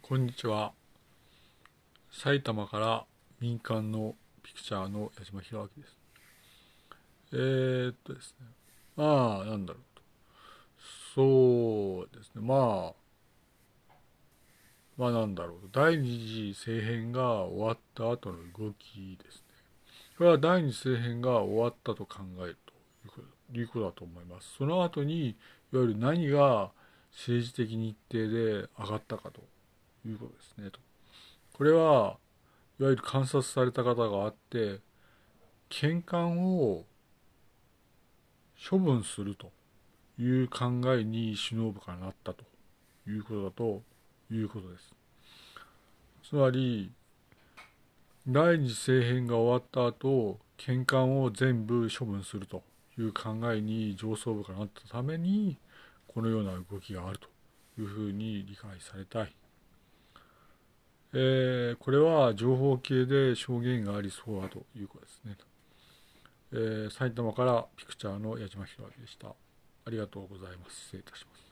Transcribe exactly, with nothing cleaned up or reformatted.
こんにちは。埼玉から民間のピクチャーの矢島弘明です。えー、っとですね。まあ、なんだろうと。そうですね。まあ、まあなんだろうと。第二次政変が終わった後の動きですね。これは第二次政変が終わったと考えるということだと思います。その後に、いわゆる何が政治的日程で上がったかということですね。とこれは、いわゆる観察された方があって、献還を処分するという考えに首脳部からなったということだということです。つまり、第二次政変が終わった後、献還を全部処分するという考えに上層部からなったために、このような動きがあるというふうに理解されたい。えー、これは情報系で証言がありそうだということですね。えー、埼玉からピクチャーの矢島弘明でした。ありがとうございます。失礼いたします。